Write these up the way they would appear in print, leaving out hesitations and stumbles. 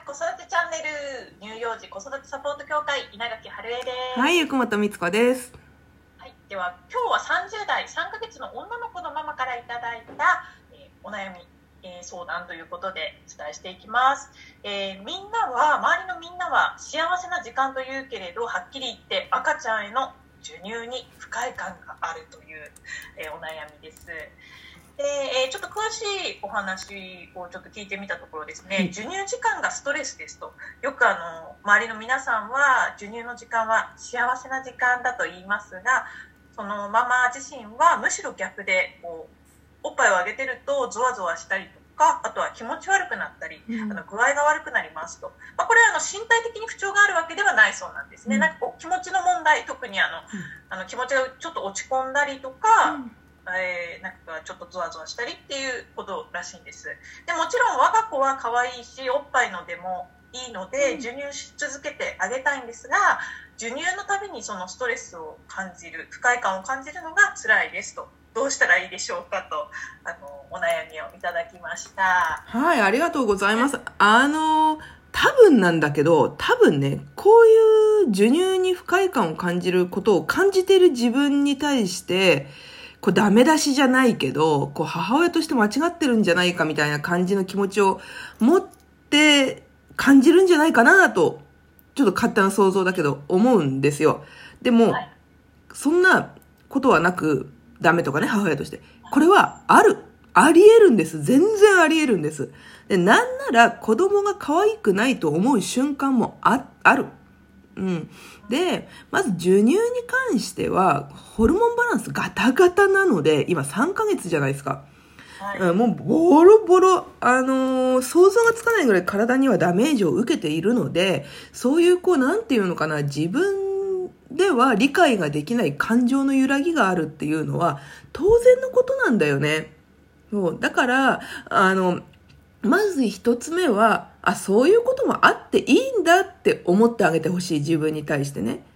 子育てチャンネル乳幼児子育てサポート協会稲垣春江です。 はい、ゆくもとみつこです。 はい、では今日は30代3ヶ月の女の子のママからいただいた、お悩み、相談ということでお伝えしていきます。周りのみんなは幸せな時間というけれど、はっきり言って赤ちゃんへの授乳に不快感があるという、お悩みです。でちょっと詳しいお話をちょっと聞いてみたところですね、授乳時間がストレスですと、よく周りの皆さんは授乳の時間は幸せな時間だと言いますが、そのママ自身はむしろ逆で、おっぱいをあげてるとゾワゾワしたりとか、あとは気持ち悪くなったり、具合が悪くなりますと、これは身体的に不調があるわけではないそうなんですね。なんか気持ちの問題、特に気持ちがちょっと落ち込んだりとか、なんかちょっとゾワゾワしたりっていうことらしいんです。でもちろん我が子は可愛いし、おっぱいのでもいいので授乳し続けてあげたいんですが、授乳のたびにそのストレスを感じる、不快感を感じるのが辛いですと、どうしたらいいでしょうかとお悩みをいただきました。 はい、ありがとうございます。多分なんだけど、多分ね、こういう授乳に不快感を感じることを感じている自分に対して、ダメ出しじゃないけど、母親として間違ってるんじゃないかみたいな感じの気持ちを持って感じるんじゃないかなと、ちょっと勝手な想像だけど思うんですよ。でも、はい、そんなことはなく、ダメとかね、母親として。これはあり得るんです。全然あり得るんです。で、なんなら子供が可愛くないと思う瞬間もある。で、まず授乳に関しては、ホルモンバランスガタガタなので、今3ヶ月じゃないですか。はい、もうボロボロ、想像がつかないぐらい体にはダメージを受けているので、そういうなんていうのかな、自分では理解ができない感情の揺らぎがあるっていうのは、当然のことなんだよね。そう。だから、まず一つ目は、そういうこともあっていいんだって思ってあげてほしい、自分に対してね。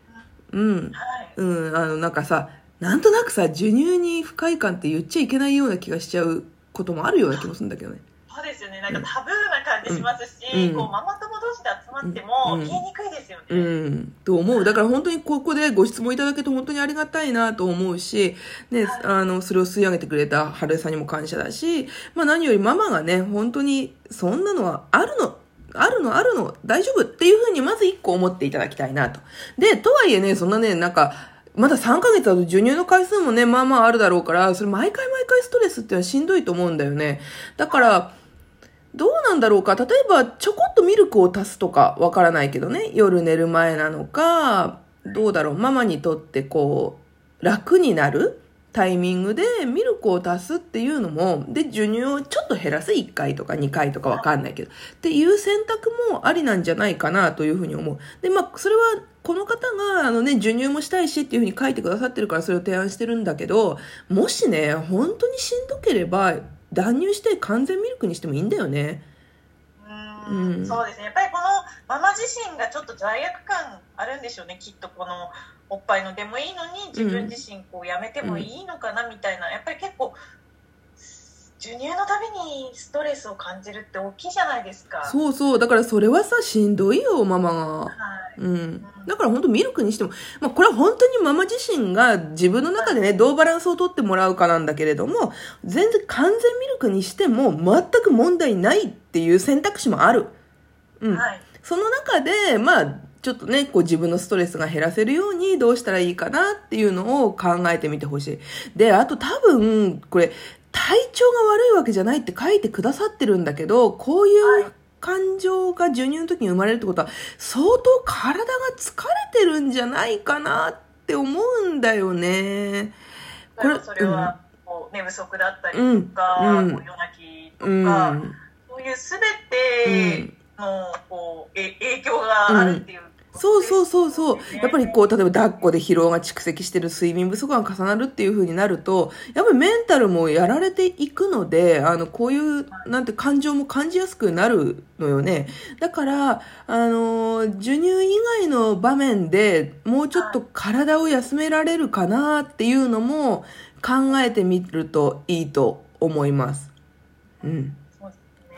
なんかさ、なんとなくさ、授乳に不快感って言っちゃいけないような気がしちゃうこともあるような気もするんだけどね。 そうですよね。なんかタブーな感じしますし、ママ友同士で集まっても言いにくいですよね。 と思う。だから本当にここでご質問いただけて本当にありがたいなと思うし、ね、それを吸い上げてくれた春江さんにも感謝だし、何よりママがね、本当にそんなのはあるの、大丈夫っていうふうにまず一個思っていただきたいなと。で、とはいえね、そんなね、なんか、まだ3ヶ月だと授乳の回数もね、あるだろうから、それ毎回ストレスっていうのはしんどいと思うんだよね。だから、どうなんだろうか。例えば、ちょこっとミルクを足すとかわからないけどね。夜寝る前なのか、どうだろう。ママにとって楽になるタイミングでミルクを足すっていうのも、で、授乳をちょっと減らす1回とか2回とかわかんないけど、っていう選択もありなんじゃないかなというふうに思う。で、それは、この方が、授乳もしたいしっていうふうに書いてくださってるからそれを提案してるんだけど、もしね、本当にしんどければ、断乳して完全ミルクにしてもいいんだよね。 そうですね。やっぱりこのママ自身がちょっと罪悪感あるんでしょうね。きっとこのおっぱいのでもいいのに自分自身やめてもいいのかなみたいな、やっぱり結構授乳のたびにストレスを感じるって大きいじゃないですか。 そう。だからそれはさ、しんどいよ、ママが。だから本当ミルクにしても、これは本当にママ自身が自分の中でね、どうバランスをとってもらうかなんだけれども、全然完全ミルクにしても全く問題ないっていう選択肢もある。その中で、ちょっとね、自分のストレスが減らせるようにどうしたらいいかなっていうのを考えてみてほしい。で、あと多分、これ、体調が悪いわけじゃないって書いてくださってるんだけど、こういう感情が授乳の時に生まれるってことは、相当体が疲れてるんじゃないかなって思うんだよね。 それは、寝不足だったりとか、夜泣きとか、そういうすべての影響があるっていう。 そう。やっぱり例えば抱っこで疲労が蓄積してる、睡眠不足が重なるっていう風になると、やっぱりメンタルもやられていくので、こういう、感情も感じやすくなるのよね。だから、授乳以外の場面でもうちょっと体を休められるかなっていうのも考えてみるといいと思います。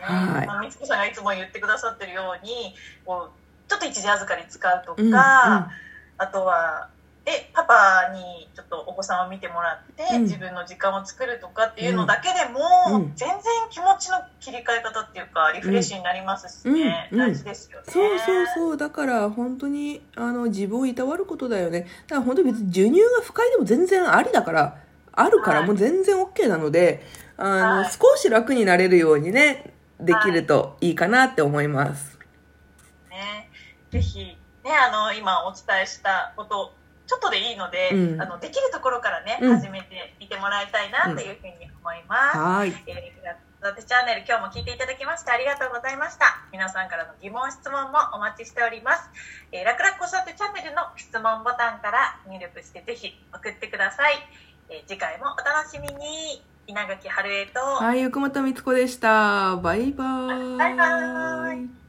はい。 まあ、みつこさんがいつも言ってくださってるように、こうちょっと一時預かり使うとか、 うんうん、 あとはパパにちょっとお子さんを見てもらって、自分の時間を作るとかっていうのだけでも、全然気持ちの切り替え方っていうかリフレッシュになりますしね、大事ですよね。 そうそうそう。だから本当に自分をいたわることだよね。だから本当に別に授乳が不快でも全然ありだから、あるからもう全然 OK なので、少し楽になれるようにね、できるといいかなって思います。 ね、ぜひね、今お伝えしたことちょっとでいいので、できるところからね、始めてみてもらいたいなというふうに思います。 はい。 子育てチャンネル、今日も聞いていただきましてありがとうございました。皆さんからの疑問質問もお待ちしております。楽々子育てチャンネルの質問ボタンから入力してぜひ送ってください。次回もお楽しみに。稲垣春恵と、 はい、奥本光子でした。バイバーイ。 バイバーイ。